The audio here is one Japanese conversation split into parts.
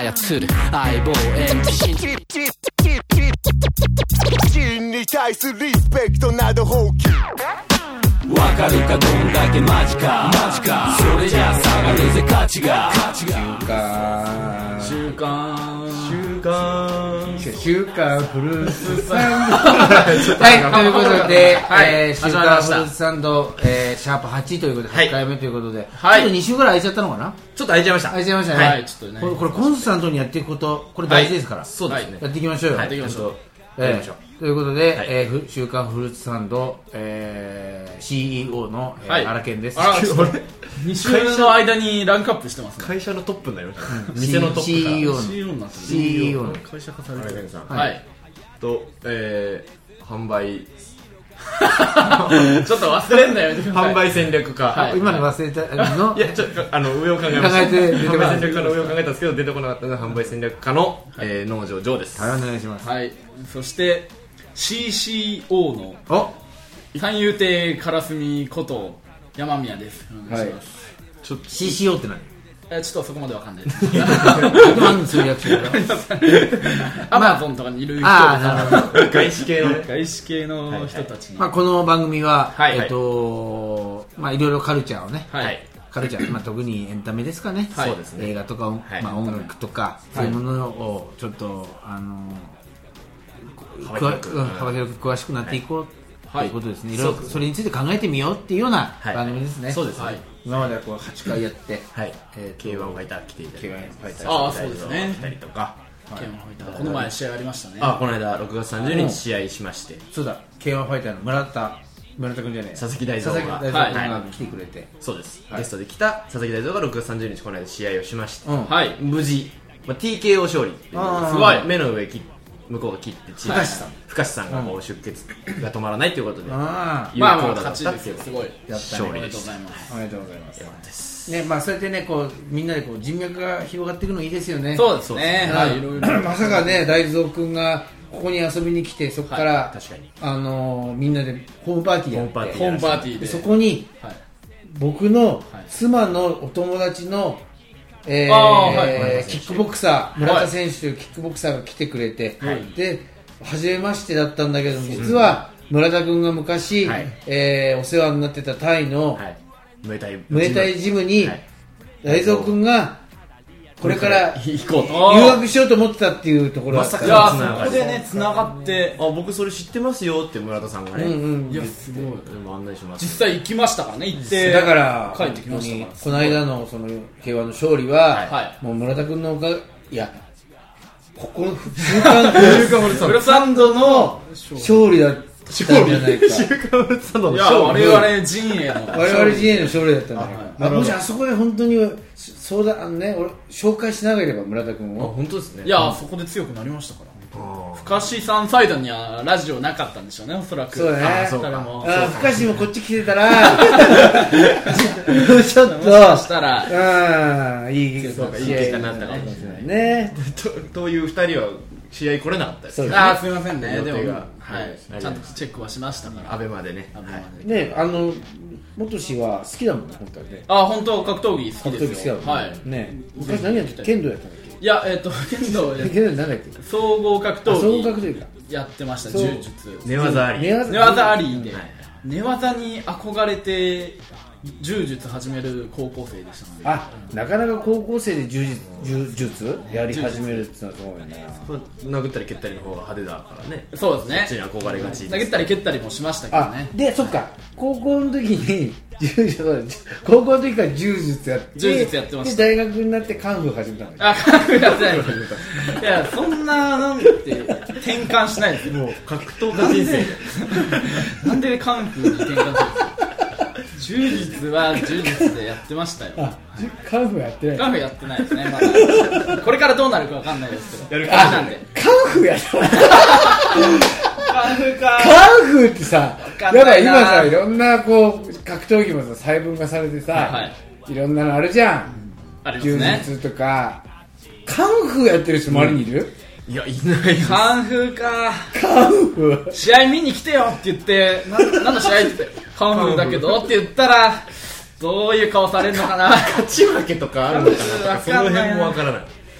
操る相棒MC 人に対するリスペクトなど放棄わかるかどんだけマジかそれじゃ下がるぜ価値が週刊フルーツサンドはいということで、週刊フルーツサンド、シャープ8ということで8回目ということで、ちょっと2週ぐらい空いちゃったのかな。 ちょっと空いちゃいましたね、 はいちょっとねこれコンスタントにやっていくことこれ大事ですから、 そうですねやっていきましょうよ、 やっていきましょうということで、週刊フルーツサンド、CEO の、荒健です。 2週の間にランクアップしてますね。 会社のトップになりました、店のトップ CEO になってる。 CEO の会社化されてるさんはいと、販売ちょっと忘れんなよ販売戦略家、 今の忘れたのいやちょっと上を考えました販売戦略家の上を考えたんですけど出てこなかったので販売戦略家の、農場ジョーです。 はい、お願いします。 はい、そして CCO の三遊亭からすみこと山宮です。お願いします。 ちょっと CCO って何？ ちょっとそこまでわかんないです。 何する役者アマゾンとかにいる人外資系の人たちに、 この番組は、いろいろカルチャーをね、カルチャー、特にエンタメですかね、 そうですね、 映画とか、音楽とか、そういうものをちょっと幅広く詳しくなっていこうということですね。いろいろそれについて考えてみようっていうような番組ですね。 そうですね。 今までは8回やって、 K1 ファイター来ていただいて、 K1 ファイターそうですね、 来たりとか、 この前試合ありましたね。 この間6月30日試合しまして、 そうだ、K1 ファイターの村田君じゃねえ、 佐々木大蔵が来てくれて、 そうです、ゲストで来た佐々木大蔵が6月30日この間試合をしまして、無事 TKO 勝利っていう、すごい目の上向こうが切って深志さんがもう出血が止まらないということで有効だったっていうすごい勝利です。 おめでとうございますね。そうやってね、こうみんなでこう人脈が広がっていくのいいですよね。 そうですね。 まさかね、大蔵君がここに遊びに来て、そこからみんなでホームパーティーやって、 ホームパーティーでそこに僕の妻のお友達のキックボクサー村田選手というキックボクサーが来てくれて、で初めましてだったんだけど、実は村田君が昔、お世話になってたタイのムエタイジムに大蔵君がこれから留学しようと思ってたっていうところだったから、 そこでね繋がって、 僕それ知ってますよって村田さんがね、 いやすごい案内します。 実際行きましたからね。行ってだから帰ってきましたから、 この間のそのK1の勝利はもう村田君のいやここの週刊フルサンドの勝利だったんじゃないか。 週刊フルサンドの勝利、我々陣営の勝利だったんだけど、もしあそこで本当にそうだね、俺紹介しなければ村田君を。 本当ですね。 いやそこで強くなりましたから。深志さんサイドにはラジオなかったんでしょうね、おそらく。 そうね。深志もこっち来てたらちょっとしたらいい結果になったかもしれないね。 という2人は試合来れなかったです。 すみませんね。でもちゃんとチェックはしましたから。アベマでね。 ね、元氏は好きだもんね、本当はね。 本当格闘技好きですよ。 ね。昔何やってた？剣道やったんだっけ？ いや剣道なんだっけ？ 総合格闘技かやってました。柔術。 寝技あり。 寝技ありで寝技に憧れて柔術始める高校生でしたね。 なかなか高校生で柔術やり始めるってのはすごいね。 殴ったり蹴ったりの方が派手だからね。 そうですね。 そっちに憧れがち。 殴ったり蹴ったりもしましたけどね。 で、そっか、高校の時に高校の時から柔術やってました。 で大学になってカンフー始めたの。 カンフーやってないです。いやそんななんて転換しないですよ。 もう格闘家人生なんでカンフーに転換するんですか。柔術は柔術でやってましたよ。 カンフーやってない。 カンフーやってないですね。まだこれからどうなるかわかんないですけど。 カンフーやってない。 カンフーか。 カンフーってさ、やばい今さいろんなこう格闘技もさ細分化されてさ、いろんなのあるじゃん。柔術とか。カンフーやってる人周りにいる？ いやいない。 カンフーか。 カンフー。 試合見に来てよって言ってなんの試合って言って。カンフーだけどって言ったらどういう顔されるのかな。 勝ち負けとかあるのかなとかその辺もわからない。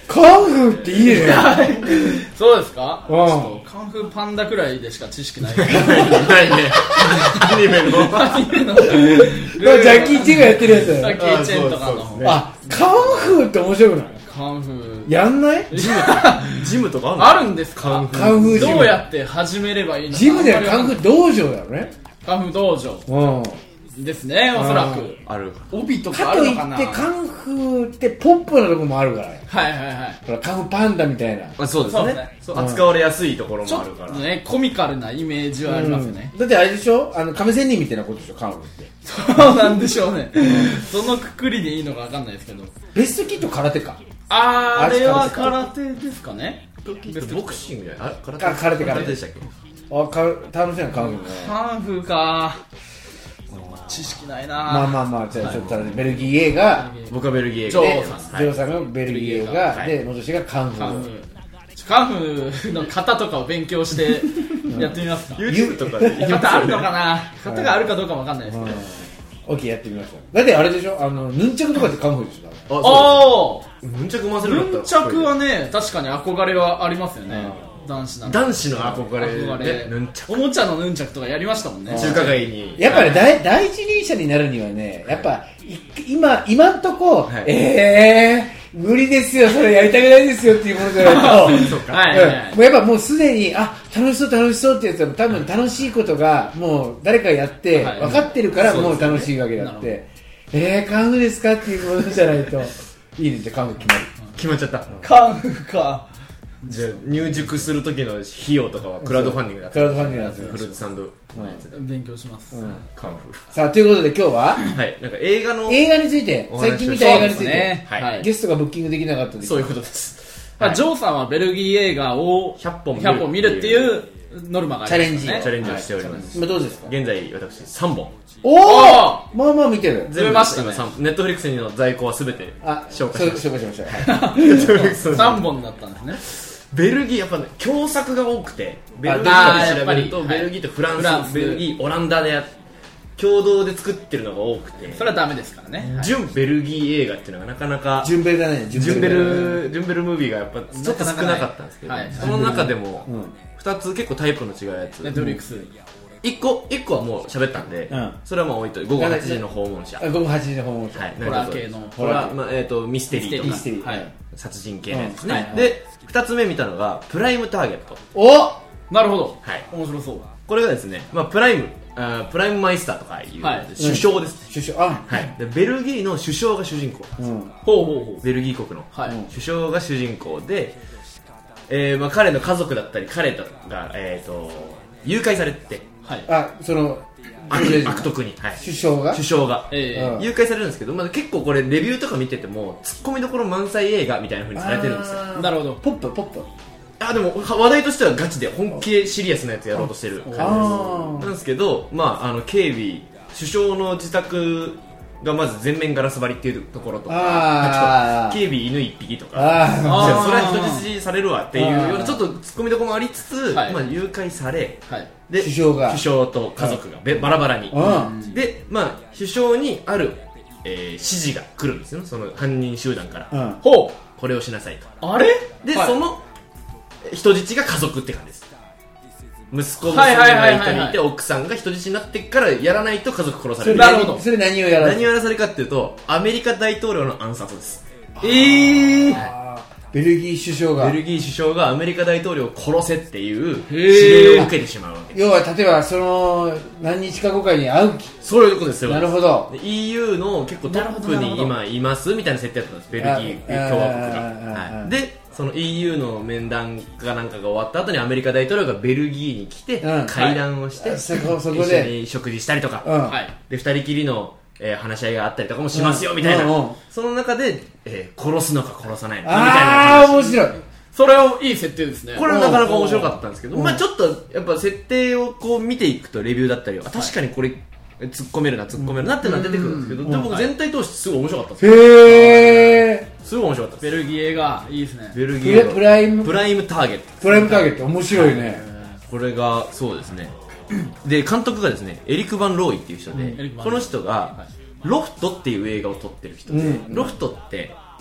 カンフーっていいね。 そうですか？ うん。 ちょっとカンフーパンダくらいでしか知識ない。 ないね。アニメの。 ジャッキー・チェンがやってるやつだよ。 ジャッキー・チェンとかの方。 あ、カンフーって面白くない？ カンフー。 やんない？ ジムとかあるの？ あるんですか？ カンフージム。 どうやって始めればいいのか。 ジムではカンフー道場だよね。 カンフー道場。ですね、おそらく。 ある。 帯とかあかといるのかな。 ってカンフーってポップなとこもあるからね。 はいはいはい。 ほらカンフーパンダみたいな。 そうですね。扱われやすいところもあるから。 ね、コミカルなイメージはありますよね。 だってあれでしょ、亀仙人みたいなことでしょ、カンフーって。 そうなんでしょうね。そのくくりでいいのかわかんないですけど。 ベストキット空手か。 あれは空手ですかね。 ボクシングじゃない？ 空手でしたっけ？ 楽しいな、カンフーね。 カンフーか。知識ないな。 まあじゃあちょっとベルギー映画、 僕はベルギー映画で、ジョーさんがベルギー映画で、元氏がカンフー。 カンフーの型とかを勉強してやってみますか。 YouTube とかで型あるのかな。型があるかどうかもわかんないですけど。 オッケー、やってみましょう。だってあれでしょ、ヌンチャクとかってカンフーでしょ。 ああ、 ヌンチャク回せるんだったら。 ヌンチャクはね、確かに憧れはありますよね。男子の憧れでヌンチャク、 おもちゃのヌンチャクとかやりましたもんね。 中華街にやっぱり第一人者になるにはね、やっぱ今んとこ、無理ですよ、それやりたくないですよっていうものじゃないともうやっぱもうすでに楽しそうってやつは多分楽しいことがもう誰かやって分かってるからもう楽しいわけだって、カンフーですかっていうものじゃないといいね。じゃあカンフー決まっちゃった。 カンフーか。 じゃあ入塾する時の費用とかはクラウドファンディングだった。 クラウドファンディングだった。 フルーツサンド勉強します。 カンフー。 さあということで今日はなんか映画について、最近見た映画についてゲストがブッキングできなかったです。 そういうことです。ジョーさんはベルギー映画を100本見るっていうノルマがありますね。 チャレンジをしております。 今どうですか？ 現在私3本。 おお、まあ見てる。 全部ましたね。 ネットフリックスの在庫は全て紹介しました。 3本だったんですね。 ベルギーやっぱね共作が多くて、ベルギーで調べるとベルギーとフランス、ベルギー、オランダで共同で作ってるのが多くて、 それはダメですからね。 純ベルギー映画っていうのがなかなか純ベルだね。 純ベルムービーがやっぱちょっと少なかったんですけど、その中でも2つ結構タイプの違うやつ。 ネットフリックス 1個はもう喋ったんで、それはもう置いといて、午後8時の訪問者。 午後8時の訪問者。 ホラー系の。 ホラー、ミステリーとか、殺人系のやつですね。で、2つ目見たのが、プライムターゲット。 なるほど。面白そう。 これがですね、プライムマイスターとかいう首相です。 首相。 でベルギーの首相が主人公なんです。ベルギー国の首相が主人公で、彼の家族だったり彼が誘拐されて、 その悪徳に首相が誘拐されるんですけど、結構これレビューとか見ててもツッコミどころ満載映画みたいな風にされてるんですよ。 なるほど。 ポップでも話題としてはガチで本気でシリアスなやつやろうとしてる感じなんですけど、警備首相の自宅がまず全面ガラス張りっていうところとか、警備犬1匹とか、それは人質されるわっていうようなちょっとツッコミどころもありつつ、誘拐され、で首相と家族がバラバラに、で首相にある指示が来るんですよ、その犯人集団から。これをしなさいと。でその人質が家族って感じです。息子娘が一人いて、奥さんが人質になってからやらないと家族殺される。 なるほど。 それ何をやらされるかっていうと、アメリカ大統領の暗殺です。 ベルギー首相がアメリカ大統領を殺せっていう指令を受けてしまうわけです。 要は例えばその何日か後かに会う。 そういうことですよ。 なるほど。 EU の結構トップに今いますみたいな設定だったんです、ベルギー共和国が。でその EU の面談かなんかが終わった後にアメリカ大統領がベルギーに来て会談をして、 そこ一緒に食事したりとか、で2人きりの話し合いがあったりとかもしますよみたいな、その中で殺すのか殺さないのかみたいな話。 面白い。 それはいい設定ですね。 これはなかなか面白かったんですけど、ちょっとやっぱ設定をこう見ていくとレビューだったりは確かにこれ突っ込めるなっていうのは出てくるんですけど、でも全体通してすごい面白かったんですよ。すごい面白かったです。 ベルギー映画いいですね。 ベルギープライムターゲット。 プライムターゲット面白いね。 これがそうですね。で監督がですねエリック・バン・ローイっていう人で、この人がロフトっていう映画を撮ってる人で、ロフトって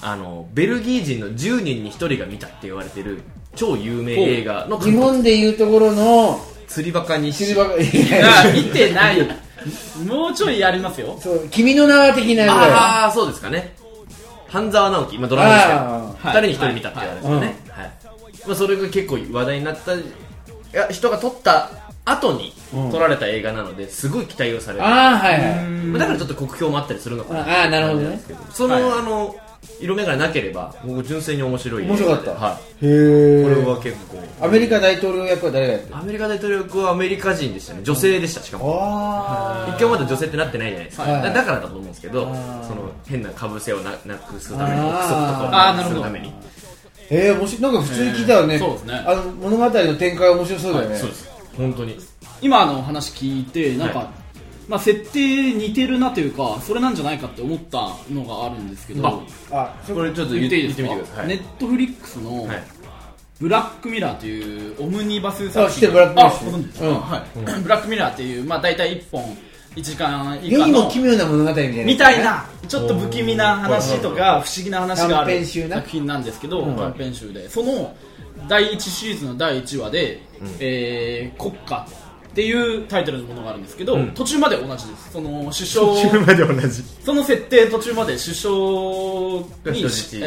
ベルギー人の10人に1人が見たって言われてる超有名映画の日本でいうところの釣りバカに釣りバカ見てないもうちょいやりますよ。 そう君の名は的なぐらい。 ああそうですかね。半沢直樹、ドラマですけど2人に1人見たって言われてるね、それが結構話題になった人が撮った後に撮られた映画なのですごい期待をされる。 だからちょっと酷評もあったりするのかな。なるほどね。 その、色眼鏡なければ僕純粋に面白い。 面白かった。 はい。 へえ。 これは結構。 アメリカ大統領役は誰がやってる？ アメリカ大統領役はアメリカ人でしたね。女性でした。しかも一回まだ女性ってなってないじゃないですか。だからだと思うんですけど、その変なかぶせをなくすために、憶測とかをするために。 面白い。なんか普通に聞いたらね、 そうですね。 物語の展開面白そうだよね。 そうです。本当に。 今話聞いてなんか。設定似てるなというかそれなんじゃないかって思ったのがあるんですけど、 これちょっと言っていいですか？ ネットフリックスのブラックミラーというオムニバス作品、ブラックミラーっていう大体1本1時間以下の世にも奇妙な物語みたいなちょっと不気味な話とか不思議な話がある作品なんですけど、短編集でその第1シリーズの第1話で国家っていうタイトルのものがあるんですけど、途中まで同じです。その首相途中まで同じ。 その設定途中まで首相に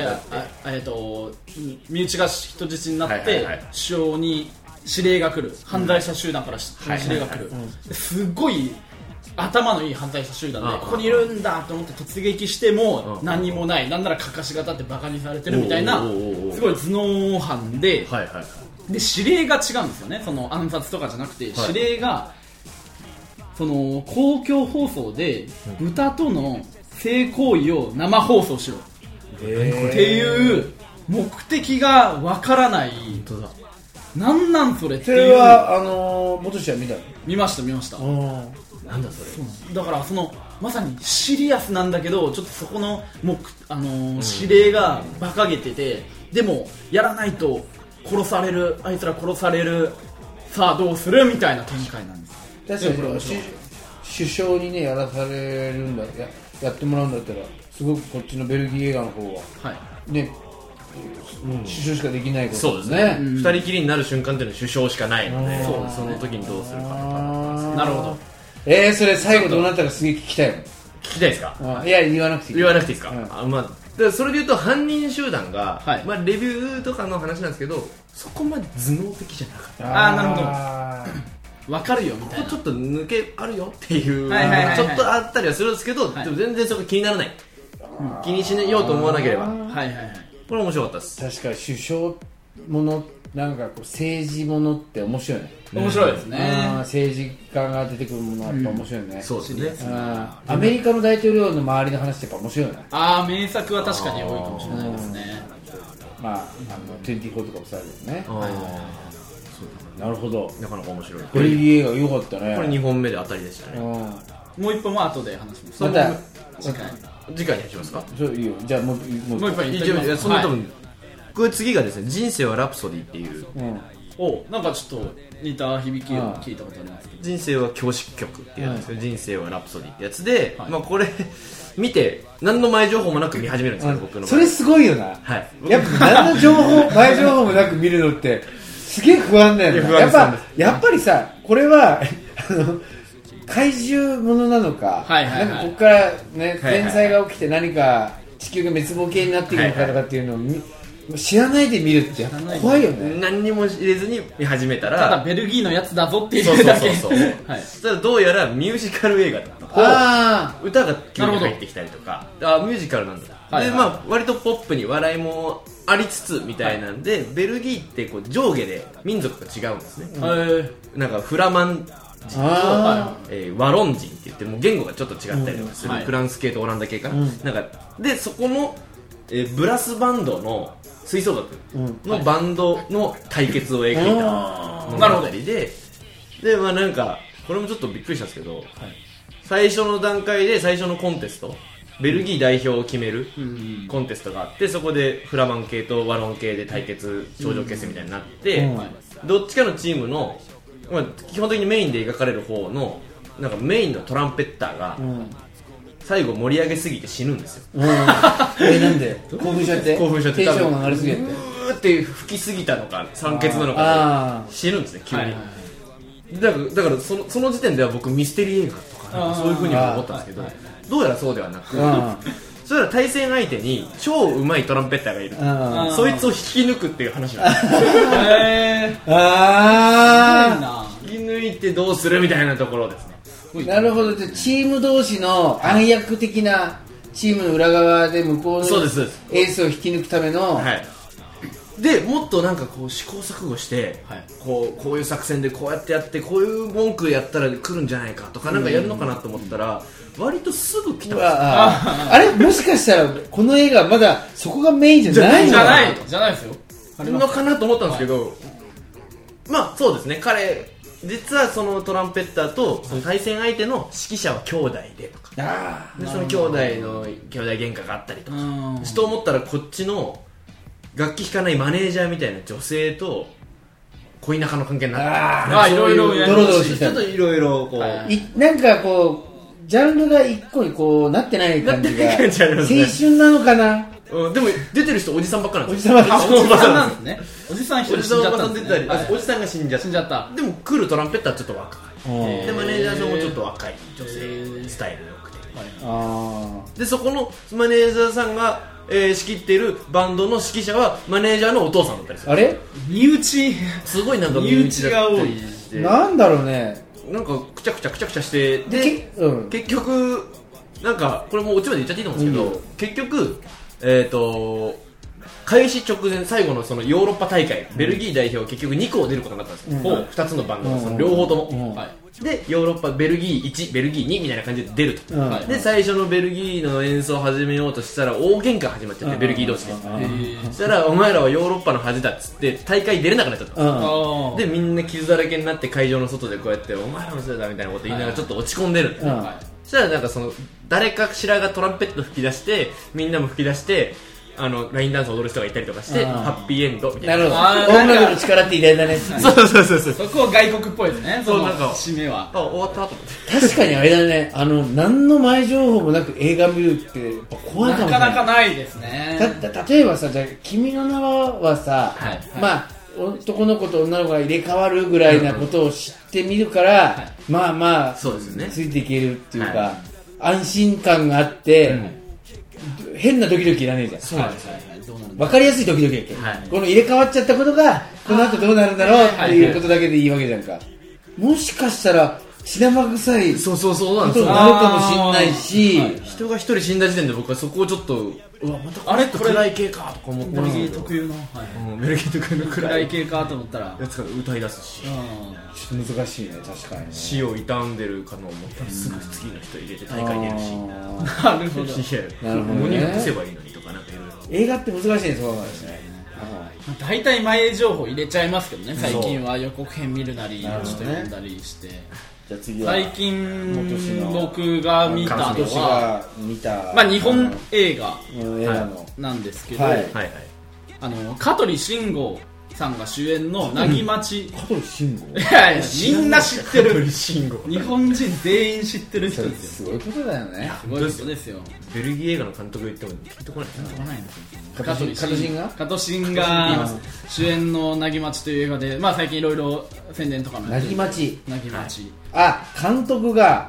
身内が人質になって首相に指令が来る、犯罪者集団から指令が来る、すごい頭のいい犯罪者集団でここにいるんだと思って突撃しても何にもない、なんならかかし型ってバカにされてるみたいなすごい頭脳犯で。で指令が違うんですよね。その暗殺とかじゃなくて、指令がその公共放送で豚との性行為を生放送しろっていう目的がわからない。なんなんそれっていう。 それは元氏は見たの？ 見ましたなんだそれ。 だからそのまさにシリアスなんだけどちょっとそこの指令が馬鹿げてて、でもやらないと殺される、あいつら殺される、さあどうするみたいな展開なんです。 確かに首相にねやらされるんだ やってもらうんだったらすごくこっちのベルギー映画の方は、ね、首相しかできないことですね。 二人きりになる瞬間っていうのは首相しかないので、その時にどうするか。 なるほど。 それ最後どうなったかすげえ聞きたいもん。 聞きたいですか？ いや言わなくていい。 言わなくていいですか？それでいうと犯人集団が、レビューとかの話なんですけどそこまで頭脳的じゃなかった。 なるほど。分かるよみたいな。 ちょっと抜けあるよっていうちょっとあったりはするんですけど、でも全然そこ気にならない。気にしようと思わなければ。これ面白かったです。 確かに首相ものなんかこう政治ものって面白いね。 面白いですね。 政治家が出てくるものはやっぱ面白いね。 そうですね。 アメリカの大統領の周りの話ってやっぱ面白いよね。 名作は確かに多いかもしれないですね。 24とかもそうだけどね。なるほど。 なかなか面白い。 ベルギー映画良かったね。 これ2本目で当たりでしたね。 もう1本は後で話します。 また次回にしますか？ いいよ。じゃあもう 1本言ってみます。 その多分これ次がですね、人生はラプソディっていう、 なんかちょっと似た響きを聞いたことありますけど、 人生は教師曲ってやつですけど、人生はラプソディってやつで、これ見て何の前情報もなく見始めるんですよ、僕の。 それすごいよな。やっぱ何の情報前情報もなく見るのってすげえ不安だよね。やっぱりさ、これは怪獣ものなのか、なんかここからね天災が起きて何か地球が滅亡系になっていくのかとかっていうのを知らないで見るって怖いよね。 何にも入れずに見始めたら、 ただベルギーのやつだぞっていうだけ。 そしたらどうやらミュージカル映画だったと。歌が急に入ってきたりとか、ミュージカルなんだ。で割とポップに笑いもありつつみたいなんで、ベルギーってこう上下で民族が違うんですね。なんかフラマン人とワロン人って言ってもう言語がちょっと違ったりとかする、フランス系とオランダ系かな、なんかでそこの、ブラスバンドの吹奏楽のバンドの対決を描いた物語で、なんかこれもちょっとびっくりしたんですけど、最初の段階で最初のコンテスト、ベルギー代表を決めるコンテストがあって、そこでフラマン系とワロン系で対決、頂上決戦みたいになって、どっちかのチームの基本的にメインで描かれる方のなんかメインのトランペッターが、 最後盛り上げすぎて死ぬんですよ。 なんで興奮しちゃって興奮しちゃってテンションが上がりすぎてうーって吹きすぎたのか酸欠なのかで死ぬんですね急に。だからその時点では僕ミステリー映画とかそういう風に思ったんですけど、どうやらそうではなく、それら対戦相手に超うまいトランペッターがいる、そいつを引き抜くっていう話なんです引き抜いてどうするみたいなところですね。 なるほど。じゃあチーム同士の暗躍的なチームの裏側で向こうのエースを引き抜くための、 でもっとなんかこう試行錯誤して、こういう作戦でこうやってやってこういう文句やったら来るんじゃないかとかなんかやるのかなと思ったら、割とすぐ来たんですよ。 あれもしかしたらこの映画まだそこがメインじゃないのじゃないですよのかなと思ったんですけど、まあそうですね。彼実はそのトランペッターとその対戦相手の指揮者は兄弟でとか、でその兄弟喧嘩があったりとかと思ったら、こっちの楽器弾かないマネージャーみたいな女性と恋仲の関係になって、 いろいろドロドロしてきた。 ちょっといろいろこうなんかこうジャンルが一個にこうなってない感じが青なってない感じありますね。 春なのかな。 でも出てる人おじさんばっかなんですよ。おじさんなんですね。おじさん一人死んじゃったんですね。 おじさんが死んじゃった。でも来るトランペッターはちょっと若い。でマネージャーさんもちょっと若い女性スタイル良くて。でそこのマネージャーさんが仕切っているバンドの指揮者はマネージャーのお父さんだったりする。 あれ身内すごいなんか身内だったりして、 なんだろうね。 なんかくちゃくちゃしてで、結局なんかこれもうオチまで言っちゃっていいと思うんですけど、結局開始直前最後のそのヨーロッパ大会、ベルギー代表は結局2校出ることになったんですよ。2つのバンドがその両方とも、でヨーロッパベルギー1ベルギー2みたいな感じで出ると、で最初のベルギーの演奏を始めようとしたら大喧嘩始まっちゃって、ベルギー同士で、そしたらお前らはヨーロッパの恥だっつって大会出れなくなっちゃった、でみんな傷だらけになって会場の外でこうやってお前らのせいだみたいなこと言いながらちょっと落ち込んでるんですよ。そしたらなんかその誰かしらがトランペット吹き出してみんなも吹き出してラインダンスを踊る人がいたりとかしてハッピーエンドみたいな。 なるほど。音楽の力って偉大だね。 そうそこ外国っぽいですね。その締めは終わったと思って。 確かにあれだね。何の前情報もなく映画見るってやっぱ怖いかもしれない。 なかなかないですね。 例えばさ、じゃあ君の名はさ、まあ男の子と女の子が入れ替わるぐらいなことを知ってみるから、まあそうですね。 ついていけるっていうか、安心感があって。変なドキドキいらねえじゃん。 そうなんですよ。 分かりやすいドキドキだっけ、この入れ替わっちゃったことがこの後どうなるんだろうっていうことだけでいいわけじゃんか。もしかしたら血生臭いそうなんですよ。なるかもしれないし、 人が一人死んだ時点で僕はそこをちょっとまたあれ暗い系かとか思ってベルギー特有のベルギー特有の暗い系かと思ったらやつが歌い出すし、 ちょっと難しいね。確かに死を悼んでるかと思ったらすぐ次の人入れて大会出るし、 なるほどね。隠せばいいのにとかなんかいろいろ映画って難しいね。そうなんですね。 大体前情報入れちゃいますけどね。最近は予告編見るなりちょっと読んだりして。 じゃあ次は最近僕が見たのは日本映画なんですけど、香取慎吾さんが主演のなぎまち。 香取慎吾。 みんな知ってる。 日本人全員知ってる人ですよ。すごいことだよね。 すごいことですよ。 ベルギー映画の監督言ってもピンとこない香取慎が主演のなぎまちという映画で、最近いろいろ宣伝とかもなぎまち。監督が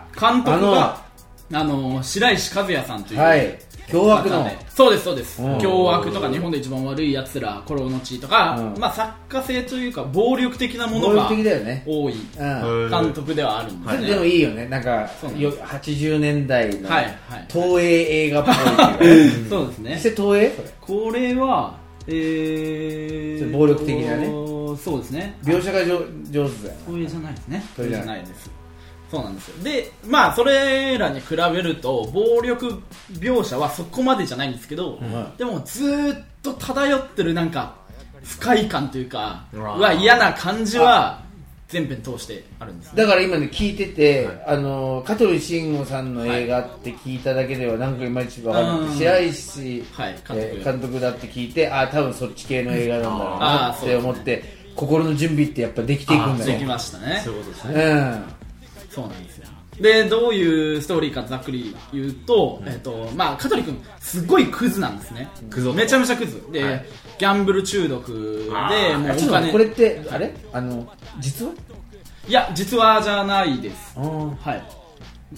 白石和也さんという。 凶悪のそうです凶悪とか日本で一番悪いやつらコロの地とか、作家性というか暴力的なものが多い監督ではあるんですね。 でもいいよね。なんか80年代の東映映画っぽい。 そうですね。 東映これは暴力的なね。 そうですね。 描写が上手だよ。 東映じゃないですね。東映じゃないです。そうなんですよ。で、それらに比べると暴力描写はそこまでじゃないんですけど、でもずーっと漂ってるなんか不快感というか嫌な感じは全編通してあるんです、ね。 だから今ね聞いてて、香取慎吾さんの映画って聞いただけではなんかいまいち分からなくて、白石監督だって聞いて、多分そっち系の映画なんだろうなって思って、心の準備ってやっぱできていくんだね。 できましたね。 そういうことですね。 そうなんですよ。 でどういうストーリーかざっくり言うと、まあ、香取君すごいクズなんですね。めちゃめちゃクズで、はい、ギャンブル中毒でもうお金。 これってあれ実話？ いや実話じゃないです。はい、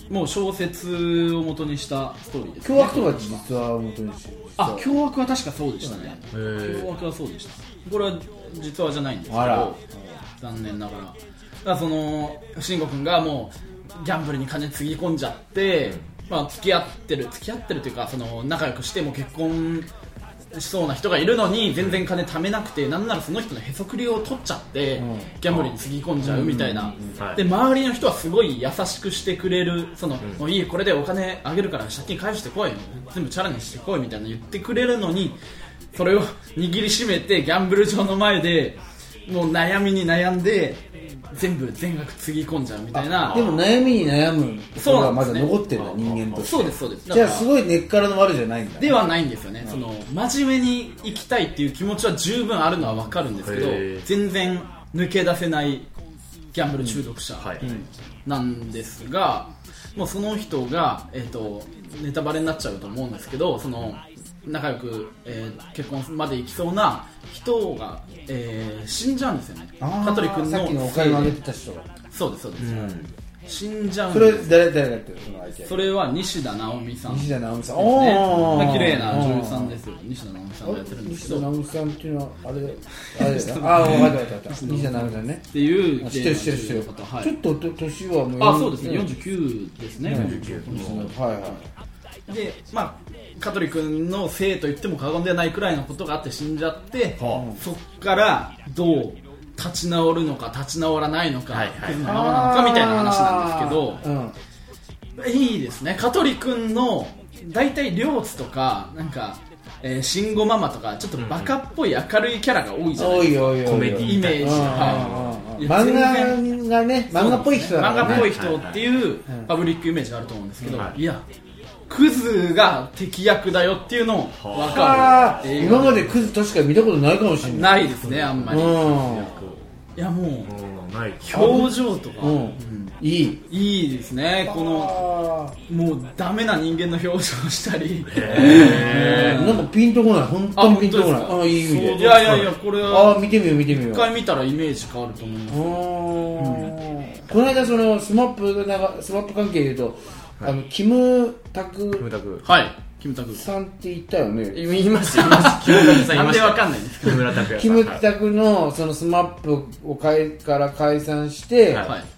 もう小説を元にしたストーリーです、ね。 凶悪とか実話を元にしてる。 凶悪は確かそうでしたね。凶悪はそうでした。これは実話じゃないんですけど、残念ながら。だからその慎吾君がもうギャンブルに金つぎ込んじゃって、まあ、付き合ってるというか、その仲良くしても結婚しそうな人がいるのに全然金貯めなくて、なんならその人のへそくりを取っちゃって、ギャンブルにつぎ込んじゃうみたいな。で周りの人はすごい優しくしてくれる、そのもういい、これでお金あげるから借金返してこい、全部チャラにしてこいみたいな言ってくれるのに、それを握りしめてギャンブル場の前でもう悩みに悩んで全額つぎ込んじゃうみたいな。 でも悩みに悩むところがまだ残ってるんだ、人間として。 そうですそうです。 じゃあすごい根っからの悪じゃないんだ、ね、 ではないんですよね。その真面目に生きたいっていう気持ちは十分あるのは分かるんですけど、全然抜け出せないギャンブル中毒者なんですが、もうその人が、ネタバレになっちゃうと思うんですけど、その仲良く、結婚まで行きそうな人が、死んじゃうんですよね。香取君のさっきのお金をあげてた人が。 そうですそうです、死んじゃうんです。 それ誰がやってるその相手？ それは西田直美さん。 西田直美さん、 まあ綺麗な女優さんですよ。西田直美さんがやってるんですけど。 西田直美さんっていうのはあれですか？分かった西田直美さんね。 っていう知ってる。ちょっと年はもうそうですね、49ですね。 49はいはい。 でまあ香取君のせいと言っても過言ではないくらいのことがあって死んじゃって、そっからどう立ち直るのか立ち直らないのか、クズのままなのかみたいな話なんですけど、いいですね。香取君の大体両津とかなんか、慎吾ママとかちょっとバカっぽい明るいキャラが多いじゃないですか。コメディイメージ。 漫画がね、漫画っぽい人だからね。 漫画っぽい人っていうパブリックイメージがあると思うんですけど、いやクズが敵役だよっていうのを分かる。 今までクズ確かに見たことないかもしれない。 ないですね、あんまり。いやもう表情とかいいですね。このもうダメな人間の表情をしたり、 なんかピンとこない、本当にピンとこない。いい意味で。 いやこれは見てみよう一回見たらイメージ変わると思います。 この間そのスマップ関係で言うと、キムタクさんって言ったよね。 言いますキムタクさん言いました。 なんでわかんないんですか。 キムタクのそのスマップをから解散して、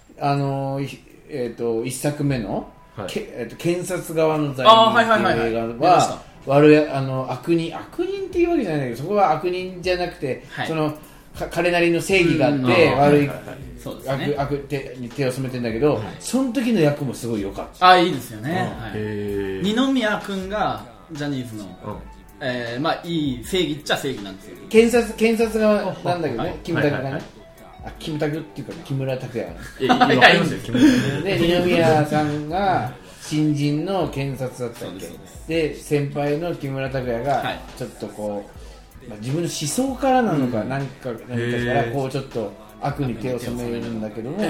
一作目の検察側の罪人っていう映画は悪人っていうわけじゃないんだけど、そこは悪人じゃなくて、その彼なりの正義があって悪い悪に手を染めてんだけど、その時の役もすごい良かった。 いいですよね。二宮君がジャニーズのまあいい正義っちゃ正義なんですよ。 検察側なんだけどね、キムタクがね、キムタクっていうか木村拓哉で、二宮さんが新人の検察だったっけで、先輩の木村拓哉がちょっとこう自分の思想からなのか何かからこうちょっと悪に手を染めるんだけども、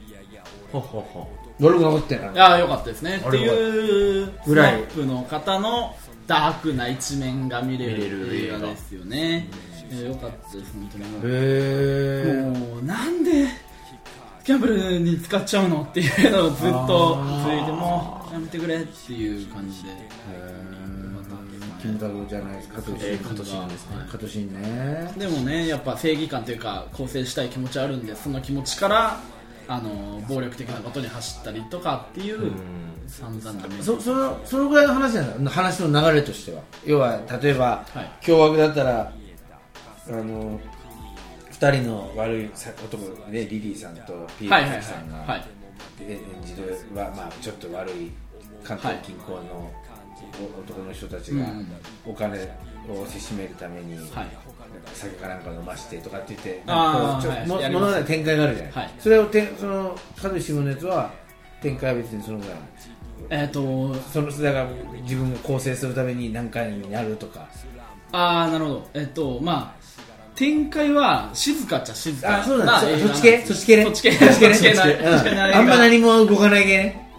悪くなかったよな。 良かったですね。っていうスナップの方のダークな一面が見れる映画ですよね。良かったです本当に。もうなんでギャンブルに使っちゃうのっていうのをずっと続いて、もやめてくれっていう感じで。 キムタクじゃないですか。カトシンね。 でもね、やっぱ正義感というか更生したい気持ちあるんで、その気持ちから暴力的なことに走ったりとかっていう散々な面。 そのぐらいの話なんだ。話の流れとしては、要は例えば凶悪だったら2人の悪い男でリリーさんとピーターさんが演じるは、まあちょっと悪い関東近郊の男の人たちがお金をせしめるために酒かなんか飲ましてとかって言って物語の展開があるじゃない。それをその各下のやつは展開は別にそのぐらいだから自分が構成するために何回になるとか。 なるほど。まあ展開は静かっちゃ静かな映画。 そっち系ね。あんま何も動かない系ね。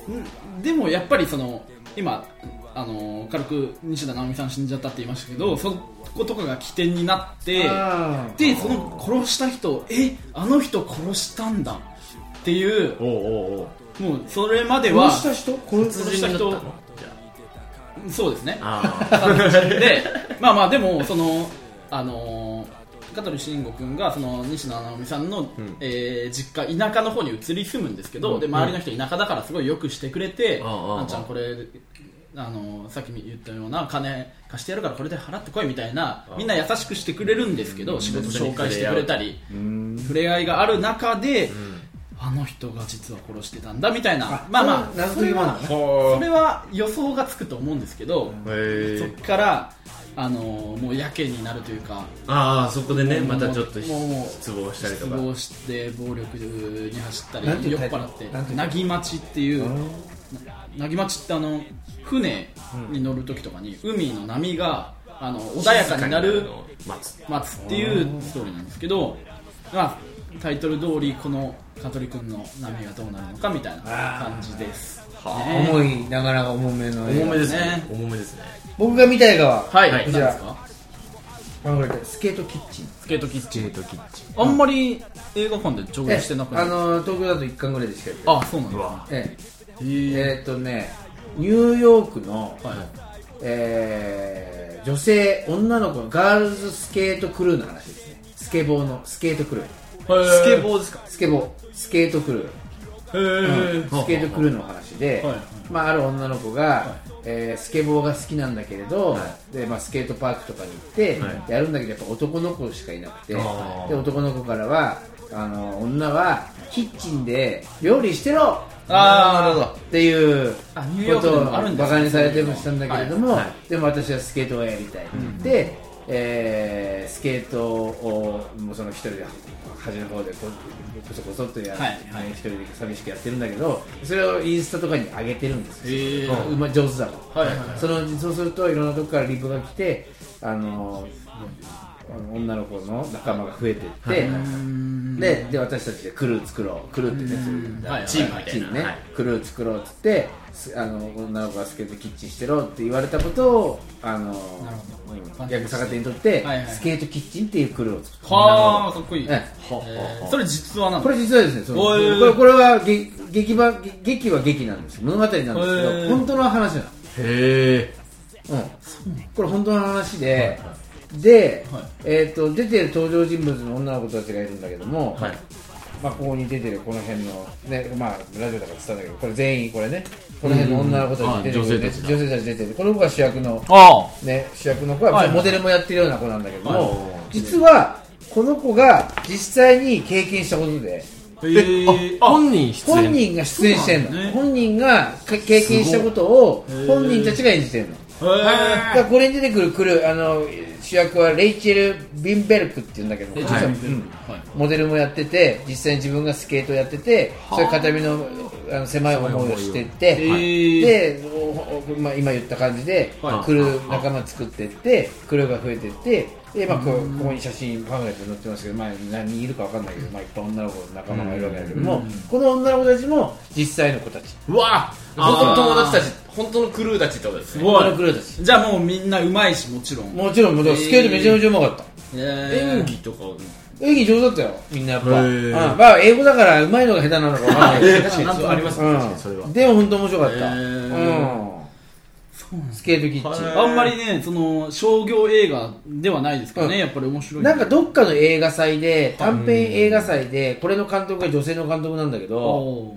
でもやっぱりその今軽く西田直美さん死んじゃったって言いましたけど、そことかが起点になってでその殺した人あの人殺したんだっていうもうそれまでは殺した人そうですねででもその香取慎吾君がその西野直美さんの、実家田舎の方に移り住むんですけど、で周りの人田舎だからすごいよくしてくれて、あんちゃんこれさっき言ったような金貸してやるからこれで払ってこいみたいな、みんな優しくしてくれるんですけど、仕事紹介してくれたり触れ合いがある中で、あの人が実は殺してたんだみたたいな、それは予想がつくと思うんですけど、そっからもうやけになるというか、 そこでねまたちょっと失望したりとか、 失望して暴力に走ったり酔っ払ってなぎ待ちっていうなぎ待ちって船に乗る時とかに海の波が穏やかになる待つっていうストーリーなんですけど、タイトル通りこの香取君の波がどうなるのかみたいな感じです、 重いなかなか重めの重めですね。 僕が見たい映画はこちらスケートキッチン。 あんまり映画館で上映してなくない？ 東京だと1巻ぐらいでしかやってない。 そうなんですニューヨークの、女性女の子のガールズスケートクルーの話ですね。スケボーのスケートクルー。 スケボーですか？ スケートクルー。スケートクルーの話で、ある女の子が、スケボーが好きなんだけれど、でスケートパークとかに行ってやるんだけど、やっぱ男の子しかいなくて、で男の子からは女はキッチンで料理してろっていうことをバカにされてもしたんだけれども、でも私はスケートがやりたいって言って、スケートをもうその一人で端の方でこそこそっとやって、一人で寂しくやってるんだけど、それをインスタとかに上げてるんですよ、上手だから、そうするといろんなとこからリプが来て、女の子の仲間が増えていって、で私たちでクルー作ろう、クルーってね、チームみたいなね、クルー作ろうっつって、女の子がスケートキッチンしてろって言われたことを逆逆手にとってスケートキッチンっていうクルーを作った。 かっこいい。それ実話なの？ これ実話ですね。これは劇は劇なんですよ、物語なんですけど、本当の話なの。これ本当の話で、出てる登場人物の女の子たちがいるんだけども、ここに出てるこの辺のね、ラジオだから伝ったんだけど、これ全員これね、この辺の女の子たち出てる、女性たち出てる、この子が主役の主役の子はモデルもやってるような子なんだけども、実はこの子が実際に経験したことで、本人が出演してんの、本人が経験したことを本人たちが演じてるの。これに出てくる主役はレイチェル・ビンベルクっていうんだけど、実はモデルもやってて、実際に自分がスケートをやってて、そういう片身の狭い思いをしてて、で今言った感じでクルー仲間作っていって、クルーが増えていって、でここに写真パンフレット載ってますけど、何人いるか分かんないけど、いっぱい女の子の仲間がいるわけだけども、この女の子たちも実際の子たち、 本当の友達たち、本当のクルーたちってことですね。 本当のクルーたち。じゃあもうみんなうまいし、もちろんスケートめちゃめちゃうまかった。 演技とか演技上手だったよ、みんなやっぱ。英語だからうまいのが下手なのか分かんないけど、 確かにありますね、それは。 でも本当面白かった。スケートキッチン。 あんまりね、その商業映画ではないですからね、やっぱり面白い。 なんかどっかの映画祭で、短編映画祭で、これの監督が女性の監督なんだけど、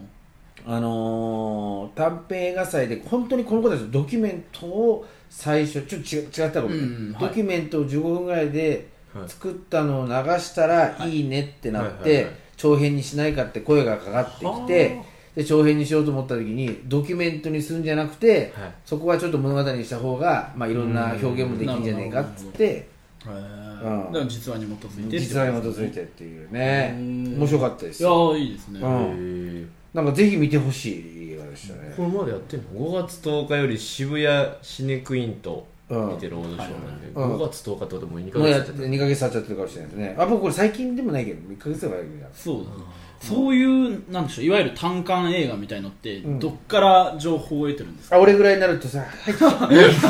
短編映画祭で本当にこの子たちのドキュメントを最初ちょっと違ったかも、ドキュメントを15分ぐらいで作ったのを流したらいいねってなって、長編にしないかって声がかかってきて、で長編にしようと思った時にドキュメントにするんじゃなくて、そこはちょっと物語にした方が、いろんな表現もできるんじゃねえかっつって、 だから実話に基づいて、 実話に基づいてっていうね、面白かったですよ。いやいいですね。 なんかぜひ見てほしい映画でしたね。 これまでやってんの？5月10日より渋谷シネクイント見てロードショーなんで、5月10日ってことも2ヶ月経っちゃって 2ヶ月経っちゃってるかもしれないですね。僕これ最近でもないけど1ヶ月ぐらい前だ。 そうだ、そういうなんでしょう、いわゆる単館映画みたいのってどっから情報を得てるんですか？ 俺ぐらいになるとさ入ってきちゃう。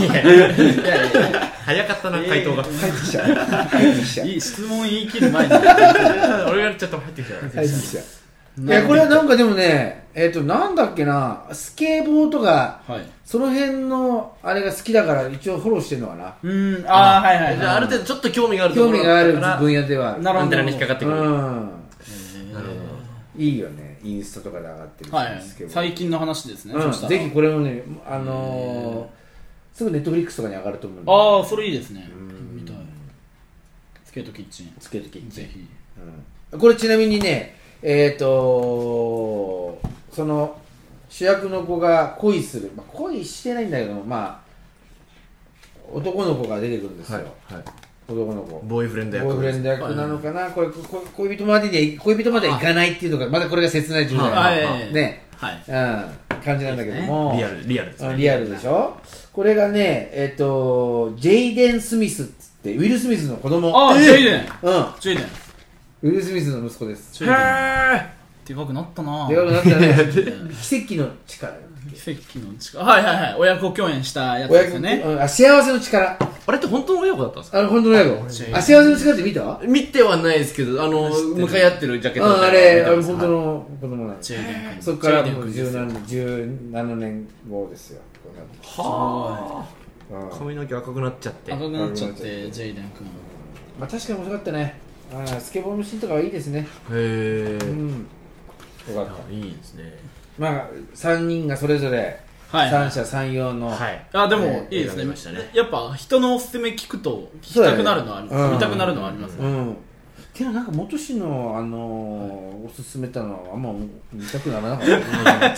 早かったな回答が。 入ってきちゃう。入ってきちゃう。 いい質問言い切る前に俺がちょっと入ってきちゃう。 入ってきちゃう。いやこれはなんかでもね、なんだっけな、スケボーとか、 はい、 その辺のあれが好きだから一応フォローしてるのかな。 はいはい。 じゃあある程度ちょっと興味があるところ興味がある分野ではアンテナに引っかかってくる。 なるほど。いいよね、インスタとかで上がってるスケボー。最近の話ですね。 ぜひこれもね、すぐネットフリックスとかに上がると思うんで。 ああ、それいいですね。見たい。スケートキッチン。 スケートキッチン。 ぜひ。 これちなみにね、その主役の子が恋する、恋してないんだけど、男の子が出てくるんですよ。男の子。 ボーイフレンド役なのかな。これ恋人まではいかないっていうのがまだこれが切ない状態ね、感じなんだけども、 リアルですね。 リアルでしょ。これがね、ジェイデン・スミスっつってウィル・スミスの子供。 ジェイデン。 ウィル・スミスの息子です。 へー、でかくなったな。 でかくなったね。奇跡の力。 奇跡の力。はいはいはい。親子共演したやつですよね。 幸せの力。 あれって本当の親子だったんですか？ 本当の親子。幸せの力って見た？ 見てはないですけど、向かい合ってるジャケット。 あれ本当の子供なんです。そこからもう17年後ですよ。 はあ。髪の毛赤くなっちゃって。 赤くなっちゃって、ジェイデン君。 確かに面白かったね。スケボーのシーンとかはいいですね。 へえ。 よかった。 いいですね。 3人がそれぞれ三者三様の。 でもいいですね。やっぱ人のおすすめ聞くと聞きたくなるのは見たくなるのはありますね。 けどなんか元氏のおすすめたのはあんま見たくならなかった。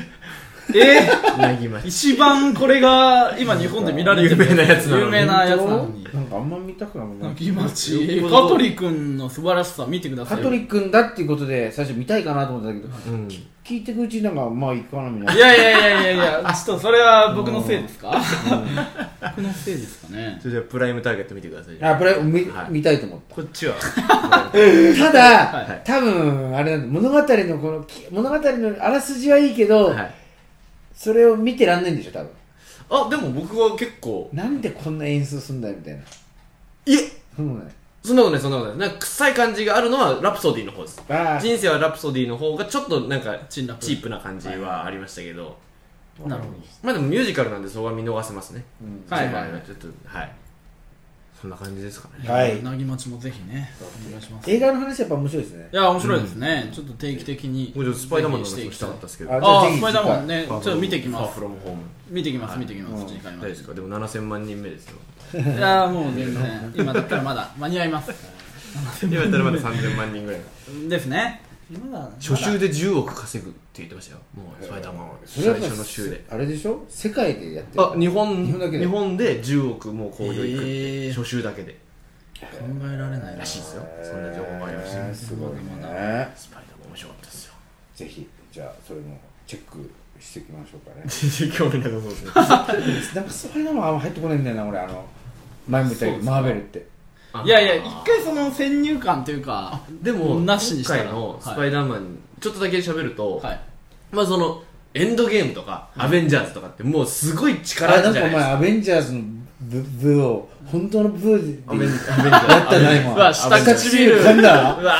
一番これが今日本で見られてる有名なやつなのに、 なんかあんま見たくなかった。 香取君の素晴らしさ見てください。 香取君だっていうことで最初見たいかなと思ったけど、聞いていくうちになんかいいかなみたいな。 いやちょっとそれは僕のせいですか？僕のせいですかね。 じゃあプライムターゲット見てください。 プライム見たいと思った。 こっちはただ多分あれなんだ、物語のあらすじはいいけど、それを見てらんないんでしょ多分。 でも僕は結構なんでこんな演出すんだよみたいな。 そんなことない。なんか臭い感じがあるのはラプソディの方です。人生はラプソディの方がちょっとなんかチープな感じはありましたけど。 なるほど。 でもミュージカルなんでそこは見逃せますね。 ちょっとそんな感じですかね。 なぎまちもぜひねお願いします。 映画の話やっぱ面白いですね。 いや面白いですね。ちょっと定期的にもうちょっとスパイダーマンの話したかったですけど。 スパイダーマンね、ちょっと見てきます。見てきます。次回まで。 でも7000万人目ですよ。 いやもう全然今だったらまだ間に合います。 今だったらまだ3000万人ぐらいですね。 初週で10億稼ぐって言ってましたよ。もうスパイダーマンは最初の週で。 あれでしょ、世界でやってる。 日本で10億もう興行いくって初週だけで考えられないらしいですよ。そんな情報もありました。 すごいね。 スパイダーマン面白かったですよ。 ぜひじゃあそれもチェックしていきましょうかね。 興味なさそうですね。 なんかスパイダーマンあんま入ってこないんだよな俺。前も言ったけどマーベルって。 いや一回その先入観というかでもなしにしたら今回のスパイダーマンちょっとだけ喋ると、そのエンドゲームとかアベンジャーズとかってもうすごい力じゃないですか。 なんかお前アベンジャーズの部を本当の部でやったな今。 下唇噛んだ。 う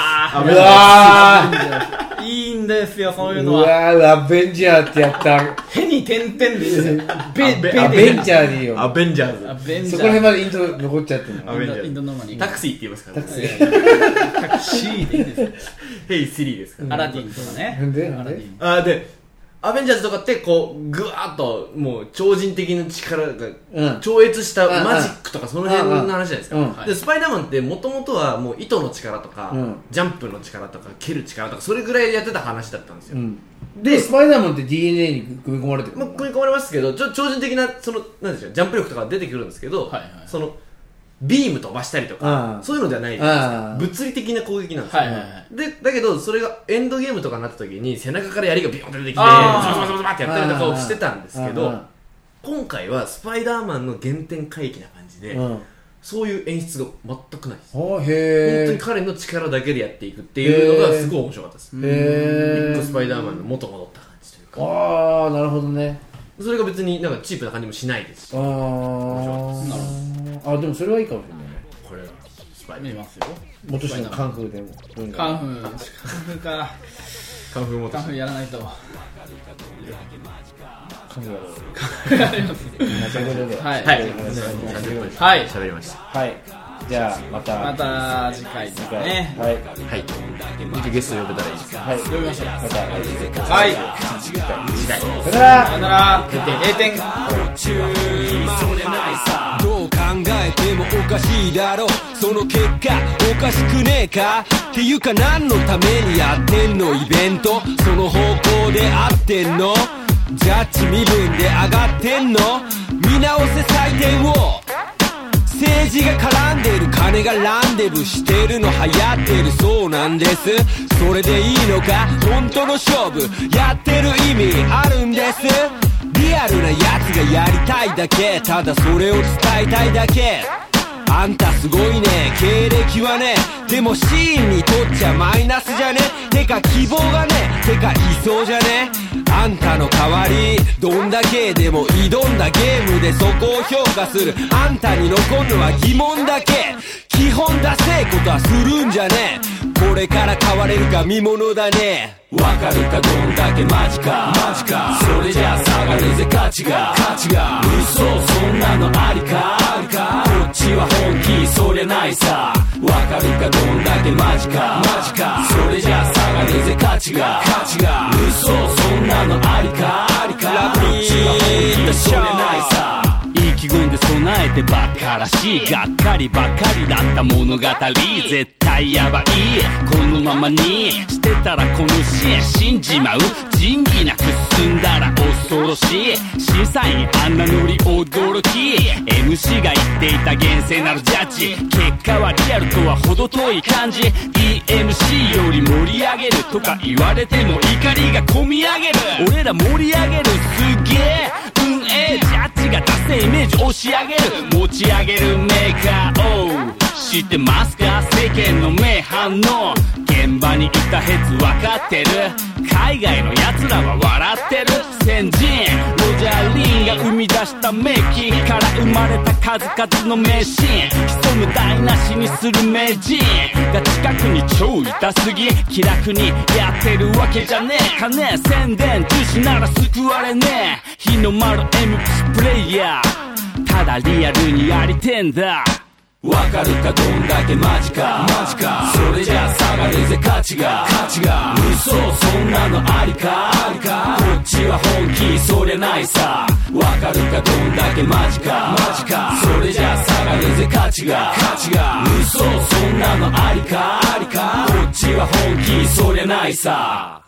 わいいんですよそういうのは。アベンジャーってやった。 へに点々でいいですよ。 アベンジャーでいいよ。 アベンジャーズ。そこら辺までイント残っちゃってるの。 インドのまにタクシーって言いますからね。タクシーでいいですよ。 ヘイシリーですから。 アラディンとかね。 でアベンジャーズとかってこうぐわーっともう超人的な力が超越したマジックとかその辺の話じゃないですか。でスパイダーマンってもともとはもう糸の力とかジャンプの力とか蹴る力とかそれぐらいやってた話だったんですよ。 でスパイダーマンって DNA に組み込まれてる。 組み込まれますけど超人的なそのなんでしょうジャンプ力とか出てくるんですけど、そのビーム飛ばしたりとかそういうのではないじゃないですか。物理的な攻撃なんですよ。でだけどそれがエンドゲームとかになった時に背中から槍がビヨンって出てきてズバズバズバズバってやったりとかをしてたんですけど、 今回はスパイダーマンの原点回帰な感じで、そういう演出が全くないです。本当に彼の力だけでやっていくっていうのがすごい面白かったです。ビッグスパイダーマンの元戻った感じというか。 ああ、なるほどね。 それが別になんかチープな感じもしないですし。 ああ、でもそれはいいかもしれないね。 これスパイ見ますよ。 元氏のカンフーでも。 カンフーか。 カンフー元氏。 カンフーやらないと。 カンフーやります。 はい。喋りました。 はい。じゃあまた次回ですね。 はい。ゲスト呼べたらいいですか。 はい。呼びましょう。またはい。 さよなら。 さよなら。0点。 どう考えてもおかしいだろう。その結果おかしくねえか。っていうか何のためにやってんのイベント。その方向で合ってんの。ジャッジ身分で上がってんの。見直せ採点を。政治が絡んでる金がランデブしてるの流行ってるそうなんです。それでいいのか本当の勝負やってる意味あるんです。リアルなやつがやりたいだけただそれを伝えたいだけ。あんたすごいね経歴はねでもシーンにとっちゃマイナスじゃね。てか希望がねてかいそうじゃね。あんたの代わりどんだけでも挑んだゲームでそこを評価するあんたに残るのは疑問だけ。基本ダセえことはするんじゃねえ。これから変われるか見ものだね。 わかるかどんだけマジかそれじゃ下がるぜ価値が嘘そんなのありかこっちは本気そりゃないさ。わかるかどんだけマジかそれじゃ下がるぜ価値が嘘そんなのありかこっちは本気そりゃないさ。 意気込んで備えてバカらしいがっかりばかりだった物語絶対やばいこのままにしてたらこのシーン死んじまう仁義なく進んだら恐ろしい審査員あんなノリ驚き MC が言っていた厳正なるジャッジ結果はリアルとは程遠い感じ EMC より盛り上げるとか言われても怒りがこみ上げる俺ら盛り上げるすげえ運営ジャッジが出せイメージ押し上げる持ち上げるメーカー知ってますか世間の名反応現場にいたヘッズ分かってる海外の奴らは笑ってる先人ロジャー・リーンが生み出した名機から生まれた数々の名シーン潜む台無しにする名人が近くに超痛すぎ気楽にやってるわけじゃねえかね宣伝重視なら救われねえ日の丸 MC プレイヤーただリアルにやりてんだわかるかどんだけマジかそれじゃ下がるぜ価値が嘘そんなのありかこっちは本気そりゃないさわかるかどんだけマジかそれじゃ下がるぜ価値が嘘そんなのありかこっちは本気そりゃないさ